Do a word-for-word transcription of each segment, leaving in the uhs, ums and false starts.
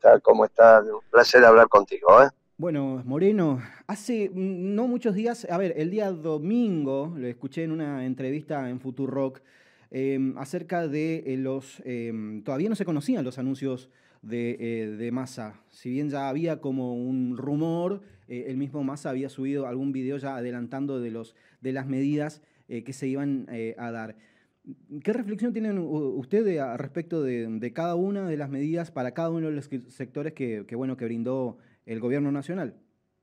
tal? ¿Cómo estás? Un placer hablar contigo, ¿eh? Bueno, Moreno, hace mm, no muchos días, a ver, el día domingo lo escuché en una entrevista en Futurock em, acerca de eh, los, em, todavía no se conocían los anuncios de, eh, de Massa, si bien ya había como un rumor, eh, el mismo Massa había subido algún video ya adelantando de, los, de las medidas eh, que se iban eh, a dar. ¿Qué reflexión tienen u- ustedes a respecto de, de cada una de las medidas para cada uno de los que- sectores que, que, bueno, que brindó el gobierno nacional?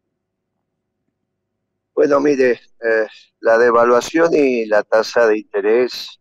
Bueno, mire, eh, la devaluación y la tasa de interés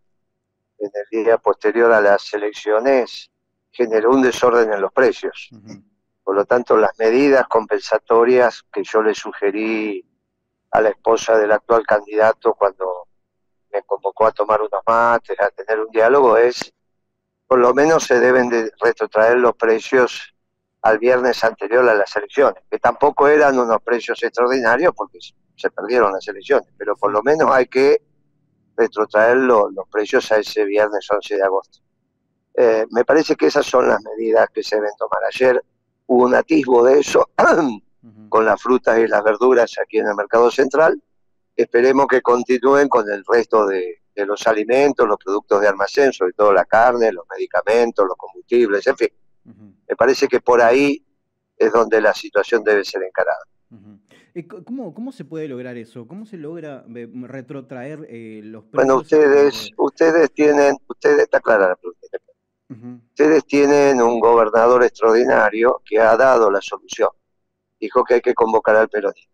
en el día posterior a las elecciones generó un desorden en los precios. Ujú. Por lo tanto, las medidas compensatorias que yo le sugerí a la esposa del actual candidato cuando me convocó a tomar unos mates, a tener un diálogo, es por lo menos se deben de retrotraer los precios al viernes anterior a las elecciones, que tampoco eran unos precios extraordinarios porque se perdieron las elecciones, pero por Sí. lo menos hay que retrotraer los, los precios a ese viernes once de agosto. Eh, me parece que esas son las medidas que se deben tomar. Ayer hubo un atisbo de eso Ujú. con las frutas y las verduras aquí en el mercado central. Esperemos que continúen con el resto de, de los alimentos, los productos de almacén, sobre todo la carne, los medicamentos, los combustibles, en fin. Ujú. Me parece que por ahí es donde la situación debe ser encarada. Ujú. Eh, co- ¿Cómo, cómo se puede lograr eso? ¿Cómo se logra eh, retrotraer eh, los Bueno, precios a ustedes, donde... ustedes tienen, ustedes, está clara la pregunta, Ujú. ustedes tienen un gobernador extraordinario que ha dado la solución. Dijo que hay que convocar al peronismo.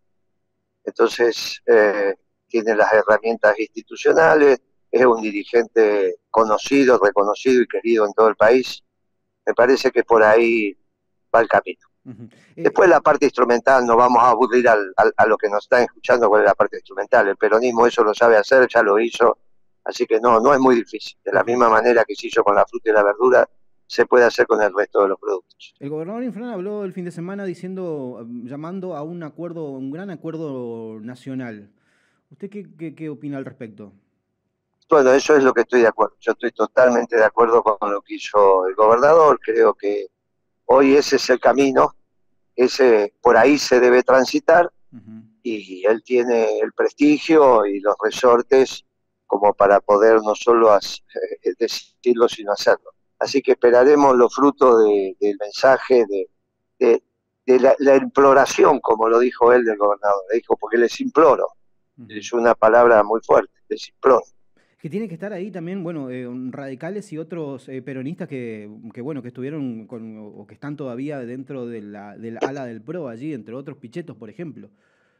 Entonces, eh, tiene las herramientas institucionales, es un dirigente conocido, reconocido y querido en todo el país. Me parece que por ahí va el camino. Ujú. Eh, Después la parte instrumental, no vamos a aburrir al, al, a lo que nos están escuchando con la parte instrumental. El peronismo eso lo sabe hacer, ya lo hizo, así que no, no es muy difícil. De la ujú. misma manera que se hizo con la fruta y la verdura, se puede hacer con el resto de los productos. El gobernador Infran habló el fin de semana diciendo, mm, llamando a un acuerdo, un gran acuerdo nacional. ¿Usted qué, qué, qué opina al respecto? Bueno, eso es lo que estoy de acuerdo. Yo estoy totalmente de acuerdo con lo que hizo el gobernador. Creo que hoy ese es el camino, ese por ahí se debe transitar Ujú. y él tiene el prestigio y los resortes como para poder no solo as, eh, decirlo, sino hacerlo. Así que esperaremos los frutos de, del mensaje, de, de, de la, la, imploración, como lo dijo él del gobernador. Le dijo, porque les imploro. Ujú. Es una palabra muy fuerte, les imploro. Que tiene que estar ahí también, bueno, eh, radicales y otros eh, peronistas que, que, bueno, que estuvieron con, o que están todavía dentro de la, del ala del PRO allí, entre otros Pichetos, por ejemplo.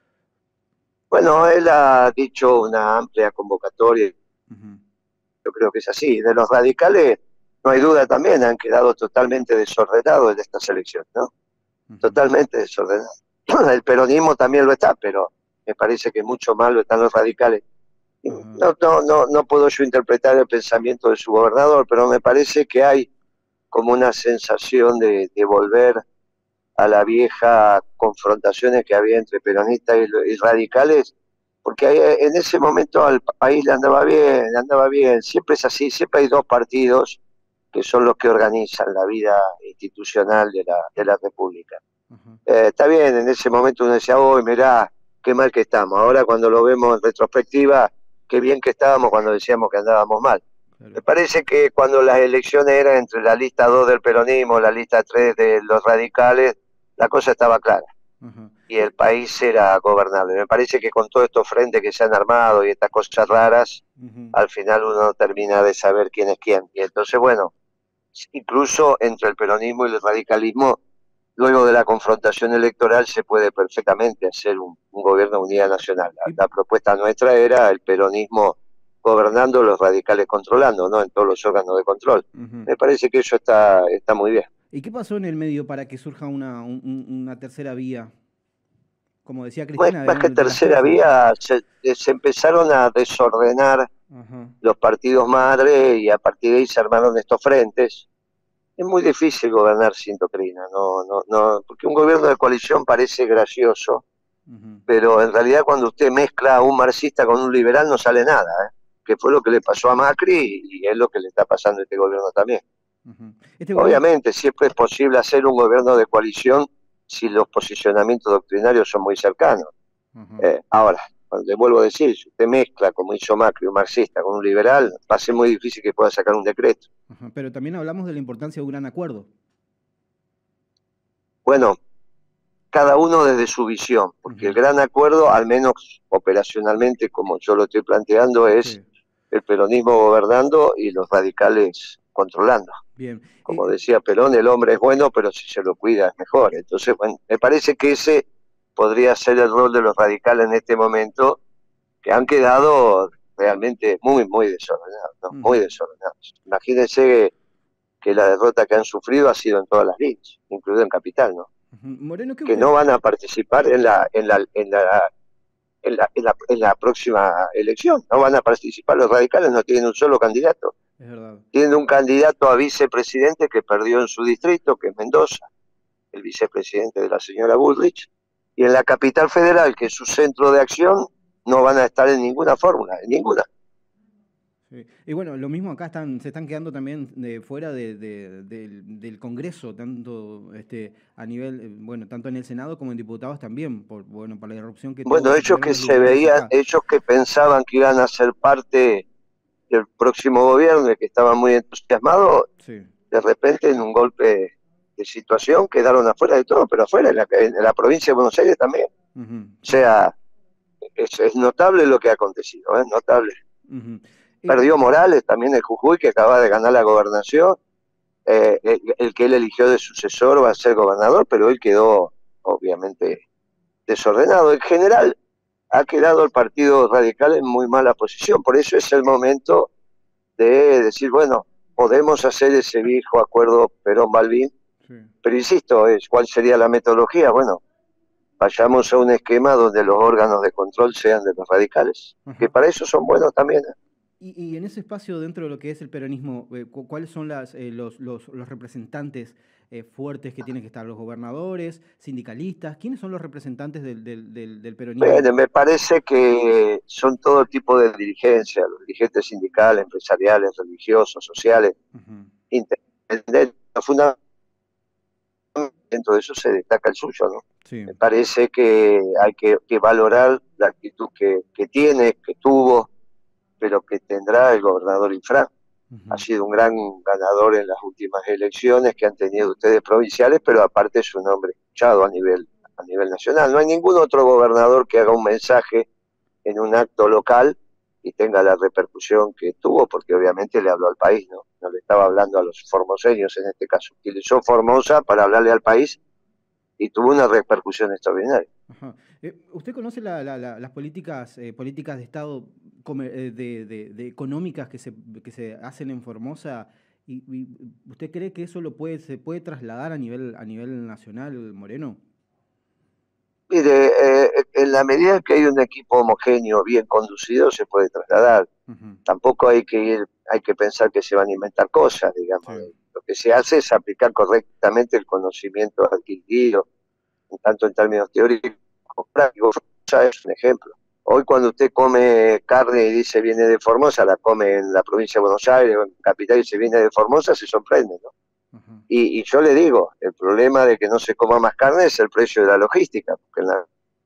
Bueno, él ha dicho una amplia convocatoria, Ujú. yo creo que es así. De los radicales, no hay duda también, han quedado totalmente desordenados en estas elecciones, ¿no? Ujú. Totalmente desordenado. El peronismo también lo está, pero me parece que mucho más lo están los radicales. Ajá. No, no, no, no puedo yo interpretar el pensamiento de su gobernador, pero me parece que hay como una sensación de, de volver a la vieja confrontaciones que había entre peronistas y, y radicales, porque hay, en ese momento al país le andaba bien, le andaba bien, siempre es así, siempre hay dos partidos que son los que organizan la vida institucional de la, de la República. Ajá. Eh, está bien, en ese momento uno decía, uy, mirá, qué mal que estamos. Ahora cuando lo vemos en retrospectiva, qué bien que estábamos cuando decíamos que andábamos mal. Me Claro. parece que cuando las elecciones eran entre la lista dos del peronismo, la lista tres de los radicales, la cosa estaba clara Ajá. y el Eh, país era gobernable. Me parece que con todos estos frentes que se han armado y estas cosas raras, ujú. al final uno no termina de saber quién es quién. Y entonces, bueno, incluso entre el peronismo y el radicalismo, luego de la confrontación electoral se puede perfectamente hacer un, un gobierno de unidad nacional. ¿Y, La, la propuesta nuestra era el peronismo gobernando, los radicales controlando, ¿no? En todos los órganos de control. ujú. Me parece que eso está, está muy bien. ¿Y qué pasó en el medio para que surja una, un- un- una tercera vía? Como decía Más, Cristina, de, más que un- de las tercera fuerzas. vía, se, se empezaron a desordenar Ajá. los partidos madre y a partir de ahí se armaron estos frentes. Es muy difícil gobernar sin doctrina, no, no, no, porque un gobierno de coalición parece gracioso, Ujú. pero en realidad cuando usted mezcla a un marxista con un liberal no sale nada, ¿eh? Que fue lo que le pasó a Macri y es lo que le está pasando a este gobierno también. Uh-huh. Este gobierno... Obviamente, siempre es posible hacer un gobierno de coalición si los posicionamientos doctrinarios son muy cercanos. Uh-huh. Eh, ahora, le vuelvo a decir, si usted mezcla, como hizo Macri, un marxista con un liberal, va a ser muy difícil que pueda sacar un decreto. Uh-huh. Pero también hablamos de la importancia de un gran acuerdo. Bueno, cada uno desde su visión, porque uh-huh. el gran acuerdo, al menos operacionalmente, como yo lo estoy planteando, es sí. el peronismo gobernando y los radicales controlando. Bien. Como decía Perón, el hombre es bueno, pero si se lo cuida es mejor. Entonces, bueno, me parece que ese podría ser el rol de los radicales en este momento, que han quedado realmente muy, muy desordenados, ¿no? uh-huh. muy desordenados. Imagínense que, que la derrota que han sufrido ha sido en todas las líneas, incluido en Capital, ¿no? Uh-huh. Moreno, ¿qué que usted... no van a participar en la, en la, en la En la, en, la, en la próxima elección. No van a participar los radicales, no tienen un solo candidato. Es verdad. Tienen un candidato a vicepresidente que perdió en su distrito, que es Mendoza, el vicepresidente de la señora Bullrich, y en la capital federal, que es su centro de acción, no van a estar en ninguna fórmula, en ninguna. Sí. Y bueno, lo mismo acá están, se están quedando también de, fuera de, de, de, del Congreso, tanto este a nivel, bueno, tanto en el Senado como en diputados también, por bueno, por la irrupción que bueno, tuvo, ellos que se veían, ellos que pensaban que iban a ser parte del próximo gobierno y que estaban muy entusiasmados, sí. de repente en un golpe de situación quedaron afuera de todo, pero afuera, en la, en la provincia de Buenos Aires también. Uh-huh. O sea, es, es notable lo que ha acontecido, es ¿eh? notable. Uh-huh. Perdió Morales, también el Jujuy, que acaba de ganar la gobernación. Eh, el, el que él eligió de sucesor va a ser gobernador, pero él quedó, obviamente, desordenado. En general, ha quedado el Partido Radical en muy mala posición. Por eso es el momento de decir, bueno, podemos hacer ese viejo acuerdo Perón-Balbín. Sí. Pero insisto, es, ¿cuál sería la metodología? Bueno, vayamos a un esquema donde los órganos de control sean de los radicales, uh-huh. que para eso son buenos también. ¿eh? Y, y en ese espacio dentro de lo que es el peronismo, eh, ¿cuáles son las, eh, los, los, los representantes eh, fuertes que tienen que estar? ¿Los gobernadores, sindicalistas? ¿Quiénes son los representantes del, del, del, del peronismo? Bueno, me parece que son todo tipo de dirigencia, los dirigentes sindicales, empresariales, religiosos, sociales, uh-huh. intendentes, fundamentalmente dentro de eso se destaca el suyo, ¿no? Sí. Me parece que hay que, que valorar la actitud que, que tiene, que tuvo, pero que tendrá el gobernador Infran. Uh-huh. Ha sido un gran ganador en las últimas elecciones que han tenido ustedes provinciales, pero aparte es un hombre escuchado a nivel, a nivel nacional. No hay ningún otro gobernador que haga un mensaje en un acto local y tenga la repercusión que tuvo, porque obviamente le habló al país, ¿no? No le estaba hablando a los formoseños en este caso. Utilizó Formosa para hablarle al país y tuvo una repercusión extraordinaria. Ajá. Eh, ¿Usted conoce la, la, la, las políticas eh, políticas de Estado de, de, de, de económicas que se, que se hacen en Formosa? ¿Y, y usted cree que eso lo puede se puede trasladar a nivel a nivel nacional, Moreno? Mire, eh, en la medida que hay un equipo homogéneo, bien conducido, se puede trasladar. Uh-huh. Tampoco hay que ir, hay que pensar que se van a inventar cosas, digamos. Sí. Lo que se hace es aplicar correctamente el conocimiento adquirido, tanto en términos teóricos como prácticos. Formosa es un ejemplo. Hoy cuando usted come carne y dice viene de Formosa, la come en la provincia de Buenos Aires o en Capital y se viene de Formosa, se sorprende, ¿no? Uh-huh. Y, y yo le digo, el problema de que no se coma más carne es el precio de la logística. Porque en la...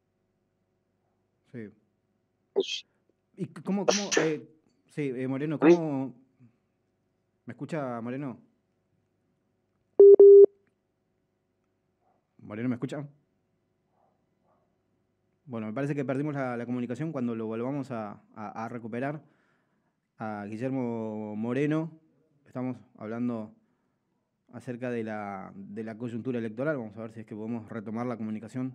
Sí. Es... ¿Y cómo, cómo eh, sí, eh, Moreno, cómo... ¿Me escucha, Moreno? ¿Moreno me escucha? Bueno, me parece que perdimos la, la comunicación. Cuando lo volvamos a, a, a recuperar a Guillermo Moreno. Estamos hablando acerca de la, de la coyuntura electoral. Vamos a ver si es que podemos retomar la comunicación.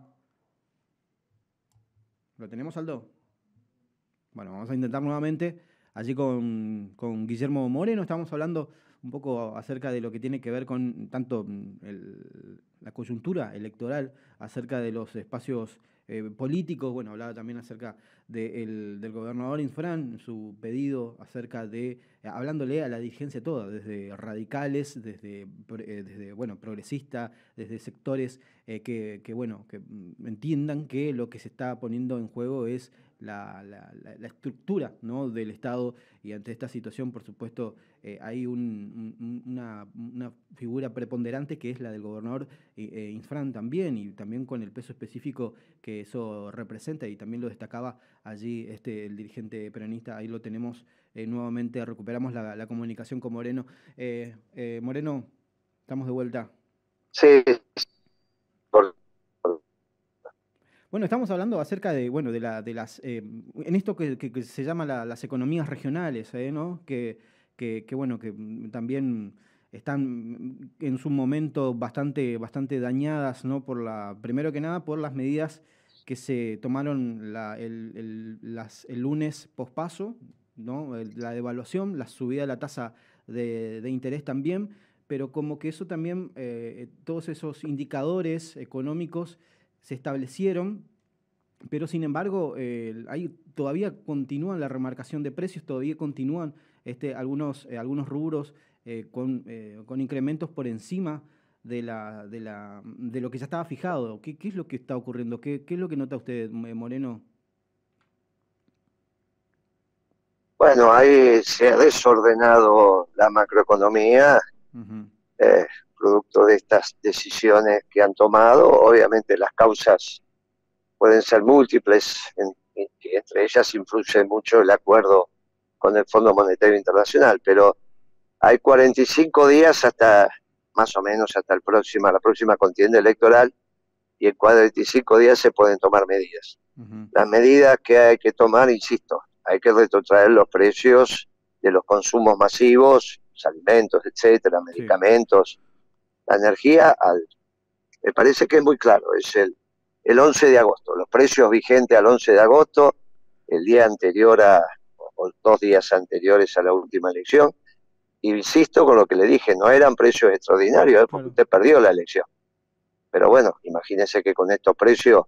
¿Lo tenemos, Aldo? Bueno, vamos a intentar nuevamente. Allí con, con Guillermo Moreno estamos hablando un poco acerca de lo que tiene que ver con tanto el, la coyuntura electoral, acerca de los espacios eh, políticos. Bueno, hablaba también acerca de el, del gobernador Infran, su pedido acerca de, eh, hablándole a la dirigencia toda, desde radicales, desde, eh, desde bueno, progresistas, desde sectores eh, que, que, bueno, que entiendan que lo que se está poniendo en juego es la, la, la, la estructura, ¿no?, del Estado, y ante esta situación, por supuesto, eh, hay un, un, una, una figura preponderante que es la del gobernador eh, Infran también, y también con el peso específico que eso representa, y también lo destacaba allí este, el dirigente peronista. Ahí lo tenemos eh, nuevamente, recuperamos la, la comunicación con Moreno. Eh, eh, Moreno, estamos de vuelta. Sí, por, por... Bueno, estamos hablando acerca de, bueno, de, la, de las, eh, en esto que, que, que se llama la, las economías regionales, ¿eh? ¿No? Que, que, que, bueno, que también están en su momento bastante, bastante dañadas, ¿no? Por la, primero que nada, por las medidas que se tomaron la, el, el, las, el lunes pospaso, ¿no? La devaluación, la subida de la tasa de, de interés también, pero como que eso también, eh, todos esos indicadores económicos se establecieron, pero sin embargo eh, ahí todavía continúan la remarcación de precios, todavía continúan este, algunos, eh, algunos rubros eh, con, eh, con incrementos por encima de, la, de, la, de lo que ya estaba fijado. ¿Qué, qué es lo que está ocurriendo? ¿Qué, qué es lo que nota usted, Moreno? Bueno, ahí se ha desordenado la macroeconomía, uh-huh. eh, producto de estas decisiones que han tomado. Obviamente las causas pueden ser múltiples, en, en, entre ellas influye mucho el acuerdo con el Fondo Monetario Internacional, pero hay cuarenta y cinco días hasta, más o menos, hasta el próxima, la próxima contienda electoral, y en cuarenta y cinco días se pueden tomar medidas. Uh-huh. Las medidas que hay que tomar, insisto, hay que retrotraer los precios de los consumos masivos, los alimentos, etcétera, medicamentos, sí. La energía, al, me parece que es muy claro, es el, el once de agosto, los precios vigentes al once de agosto, el día anterior a, o dos días anteriores a la última elección, y insisto con lo que le dije, no eran precios extraordinarios, ¿eh? Porque claro. Usted perdió la elección. Pero bueno, imagínese que con estos precios,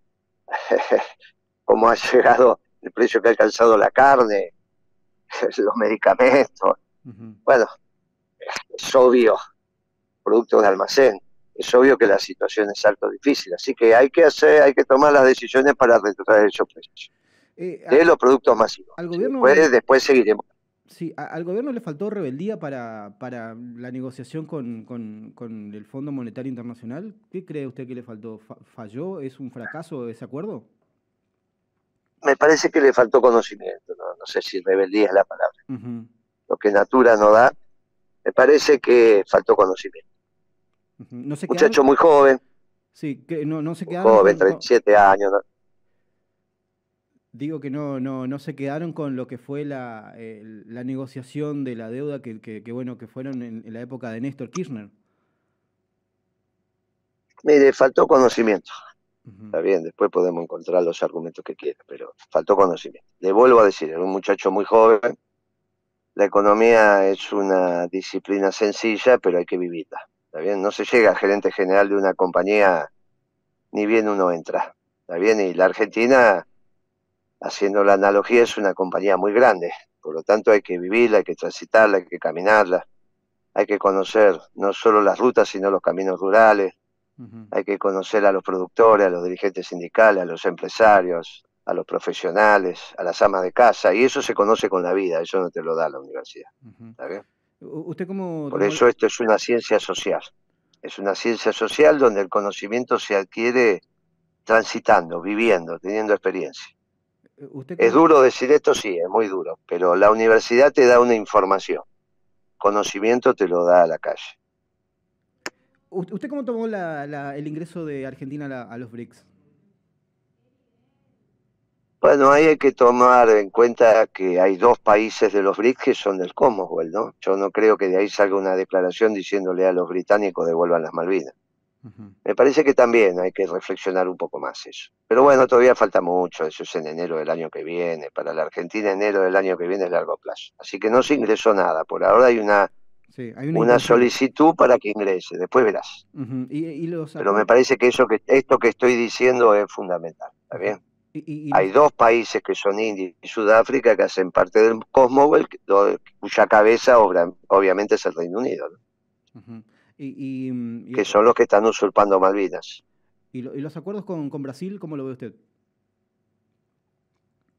cómo ha llegado el precio que ha alcanzado la carne, los medicamentos. Uh-huh. Bueno, es obvio, productos de almacén, es obvio que la situación es alto difícil, así que hay que hacer, hay que tomar las decisiones para retroceder esos precios. Eh, de a, los productos masivos. Al gobierno, después, después seguiremos. Sí, a, al gobierno le faltó rebeldía para, para la negociación con, con, con el Fondo Monetario Internacional. ¿Qué cree usted que le faltó? ¿Falló? ¿Es un fracaso ese acuerdo? Me parece que le faltó conocimiento, no, no sé si rebeldía es la palabra. Uh-huh. Lo que Natura no da, me parece que faltó conocimiento. Uh-huh. ¿No se Muchacho quedaron... muy joven. Sí, que no, no se quedaron joven, con, treinta y siete con... años. ¿No? Digo que no, no, no se quedaron con lo que fue la, eh, la negociación de la deuda que, que, que bueno, que fueron en, en la época de Néstor Kirchner. Mire, faltó conocimiento. Uh-huh. Está bien, después podemos encontrar los argumentos que quiera, pero faltó conocimiento. Le vuelvo a decir, era un muchacho muy joven. La economía es una disciplina sencilla, pero hay que vivirla. ¿Está bien? No se llega a gerente general de una compañía ni bien uno entra. ¿Está bien? Y la Argentina, haciendo la analogía, es una compañía muy grande. Por lo tanto, hay que vivirla, hay que transitarla, hay que caminarla. Hay que conocer no solo las rutas, sino los caminos rurales. Uh-huh. Hay que conocer a los productores, a los dirigentes sindicales, a los empresarios, a los profesionales, a las amas de casa. Y eso se conoce con la vida, eso no te lo da la universidad. Uh-huh. ¿Está bien? ¿Usted cómo, Por cómo... eso esto es una ciencia social. Es una ciencia social donde el conocimiento se adquiere transitando, viviendo, teniendo experiencia. ¿Usted cómo... Es duro decir esto, sí, es muy duro, pero la universidad te da una información. Conocimiento te lo da a la calle. ¿Usted cómo tomó la, la, el ingreso de Argentina a, la, a los BRICS? Bueno, ahí hay que tomar en cuenta que hay dos países de los BRICS que son del Commonwealth, ¿no? Yo no creo que de ahí salga una declaración diciéndole a los británicos devuelvan las Malvinas. Uh-huh. Me parece que también hay que reflexionar un poco más eso. Pero bueno, todavía falta mucho, eso es en enero del año que viene. Para la Argentina, enero del año que viene es largo plazo. Así que no se ingresó nada. Por ahora hay una, sí, hay una, una solicitud para que ingrese, después verás. Uh-huh. ¿Y, y los Pero me parece que, eso que esto que estoy diciendo es fundamental, ¿está uh-huh. bien? Y, y, y hay los... dos países que son India y Sudáfrica que hacen parte del Commonwealth, cuya cabeza obra, obviamente es el Reino Unido, ¿no? Uh-huh. Y, y, y, que son los que están usurpando Malvinas. ¿Y, lo, y los acuerdos con, con Brasil, cómo lo ve usted?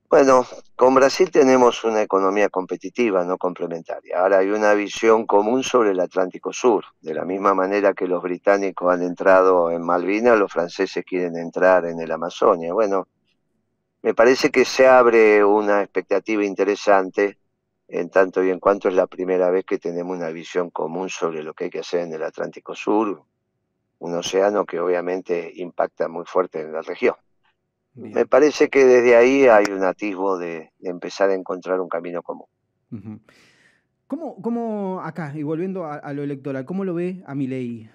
Bueno, con Brasil tenemos una economía competitiva, no complementaria. Ahora hay una visión común sobre el Atlántico Sur. De la Ujú. misma manera que los británicos han entrado en Malvinas, los franceses quieren entrar en el Amazonia. Bueno, me parece que se abre una expectativa interesante en tanto y en cuanto es la primera vez que tenemos una visión común sobre lo que hay que hacer en el Atlántico Sur, un océano que obviamente impacta muy fuerte en la región. Me Bien. parece que desde ahí hay un atisbo de, de empezar a encontrar un camino común. Ujú. ¿Cómo, cómo acá, y volviendo a, a lo electoral, cómo lo ve a Milei?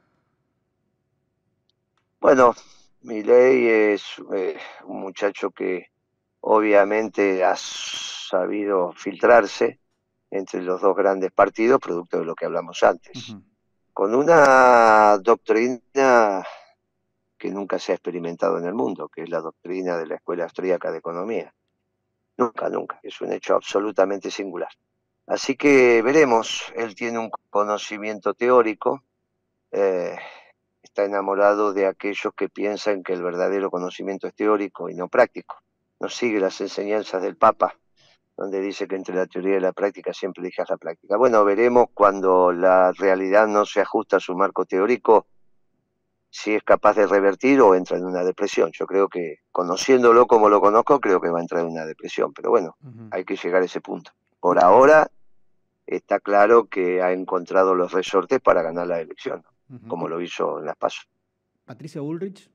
Bueno, Milei es eh, un muchacho que obviamente ha sabido filtrarse entre los dos grandes partidos, producto de lo que hablamos antes, Ujú. con una doctrina que nunca se ha experimentado en el mundo, que es la doctrina de la Escuela Austríaca de Economía. Nunca, nunca. Es un hecho absolutamente singular. Así que veremos. Él tiene un conocimiento teórico, eh, está enamorado de aquellos que piensan que el verdadero conocimiento es teórico y no práctico. No sigue las enseñanzas del Papa, donde dice que entre la teoría y la práctica siempre elijas la práctica. Bueno, veremos cuando la realidad no se ajusta a su marco teórico, si es capaz de revertir o entra en una depresión. Yo creo que, conociéndolo como lo conozco, creo que va a entrar en una depresión. Pero bueno, Ujú. hay que llegar a ese punto. Por Y, ahora está claro que ha encontrado los resortes para ganar la elección, ujú. como Y lo hizo en las PASO. Patricia Bullrich.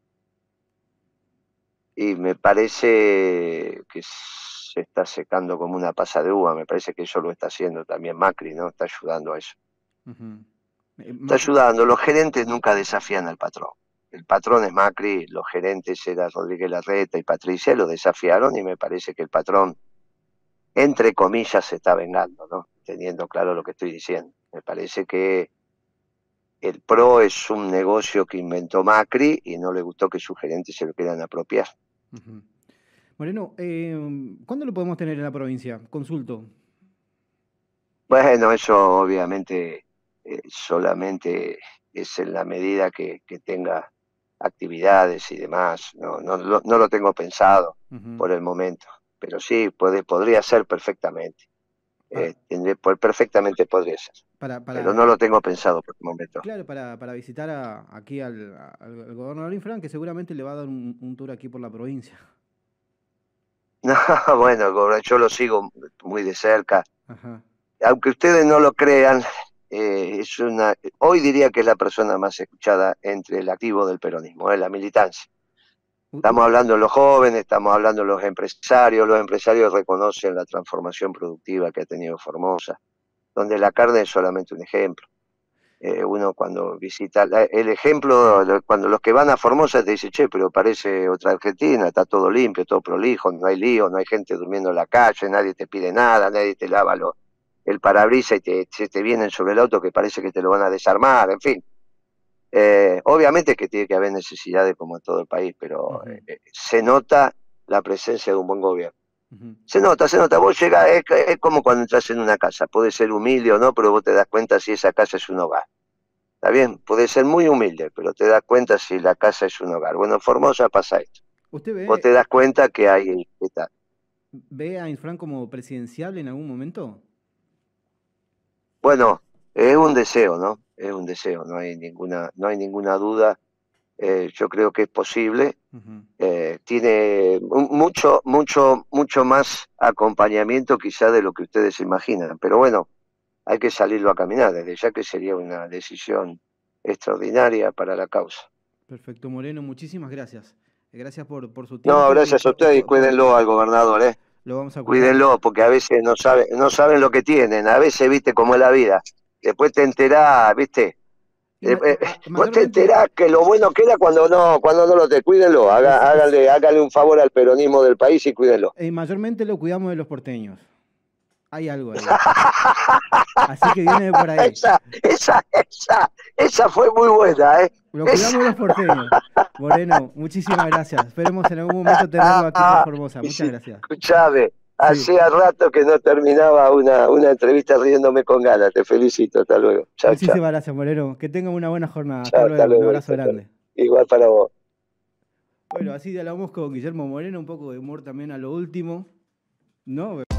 Y me parece que se está secando como una pasa de uva. Me parece que eso lo está haciendo también Macri, ¿no? Está ayudando a eso. Ujú. Eh, Está Macri. ayudando. Los gerentes nunca desafían al patrón. El patrón es Macri, los gerentes era Rodríguez Larreta y Patricia, lo desafiaron y me parece que el patrón, entre comillas, se está vengando, ¿no? Teniendo claro lo que estoy diciendo. Me parece que el P R O es un negocio que inventó Macri y no le gustó que sus gerentes se lo quieran apropiar. Ujú. Moreno, eh, ¿cuándo lo podemos tener en la provincia? Consulto. Bueno, eso obviamente eh, solamente es en la medida que, que tenga actividades y demás. No, no, lo- no lo tengo pensado Ujú. por el momento, pero sí, puede, podría ser perfectamente. Para, Eh, tendré- pues, perfectamente podría ser, para, pero no para, lo tengo pensado por el momento. claro, para, para visitar a- aquí al, al- al gobernador Infran, que seguramente le va a dar un, un tour aquí por la provincia. No, bueno, Gobra, yo lo sigo muy de cerca. Ajá. Aunque ustedes no lo crean, eh, es una, hoy diría que es la persona más escuchada entre el activo del peronismo, eh, la militancia. U- u- Estamos hablando de los jóvenes, estamos hablando de los empresarios, los empresarios reconocen la transformación productiva que ha tenido Formosa, donde la carne es solamente un ejemplo. Eh, uno cuando visita, la, el ejemplo, cuando los que van a Formosa te dicen, che, pero parece otra Argentina, está todo limpio, todo prolijo, no hay lío, no hay gente durmiendo en la calle, nadie te pide nada, nadie te lava lo, el parabrisas y te, se te vienen sobre el auto que parece que te lo van a desarmar, en fin. Eh, obviamente que tiene que haber necesidades como en todo el país, pero ujú, eh, se nota la presencia de un buen gobierno. ujú. Se nota, se nota. Vos llegás, es, es como cuando entras en una casa. Puede ser humilde o no, pero vos te das cuenta si esa casa es un hogar. ¿Está bien? Puede ser muy humilde, pero te das cuenta si la casa es un hogar. Bueno, en Formosa pasa esto. ¿Usted Vos ve, te das cuenta que hay... Está. ve a Infran como presidenciable en algún momento? Bueno, es un deseo, ¿no? Es un deseo, no hay ninguna, no hay ninguna duda. Eh, yo creo que es posible. Ujú. Eh, tiene mucho, mucho, mucho más acompañamiento quizá de lo que ustedes imaginan. Pero bueno, hay que salirlo a caminar, desde ya que sería una decisión extraordinaria para la causa. Perfecto, Moreno, muchísimas gracias. Eh, Gracias por, por su No, tiempo y gracias a por, y ustedes y por todo. cuídenlo al gobernador, ¿eh? Lo vamos a cuidar. Cuídenlo, porque a veces no saben, no saben lo que tienen, a veces, viste, cómo es la vida. Después te enterás, viste, Y eh, ma- eh, ma- vos te mayormente, enterás que lo bueno que era cuando no, cuando no lo te cuídenlo, es, haga, es- háganle, háganle un favor al peronismo del país y cuídenlo. eh, mayormente lo cuidamos de los porteños. Hay algo ahí. Así que viene de por ahí. esa, esa, esa, esa fue muy buena, ¿eh? Lo cuidamos Esa. de los porteños. Moreno, muchísimas gracias. Esperemos en algún momento tenerlo aquí por Formosa. Muchas gracias. Escuchame, Sí, hacía rato que no terminaba una, una entrevista riéndome con ganas. Te felicito, hasta luego. Chao, chao. muchísimas gracias, Moreno. Que tenga una buena jornada. Hasta Chao, hasta luego. Un luego. abrazo Chao, chao. grande. Igual para vos. Bueno, así hablamos con Guillermo Moreno, un poco de humor también a lo último, ¿no?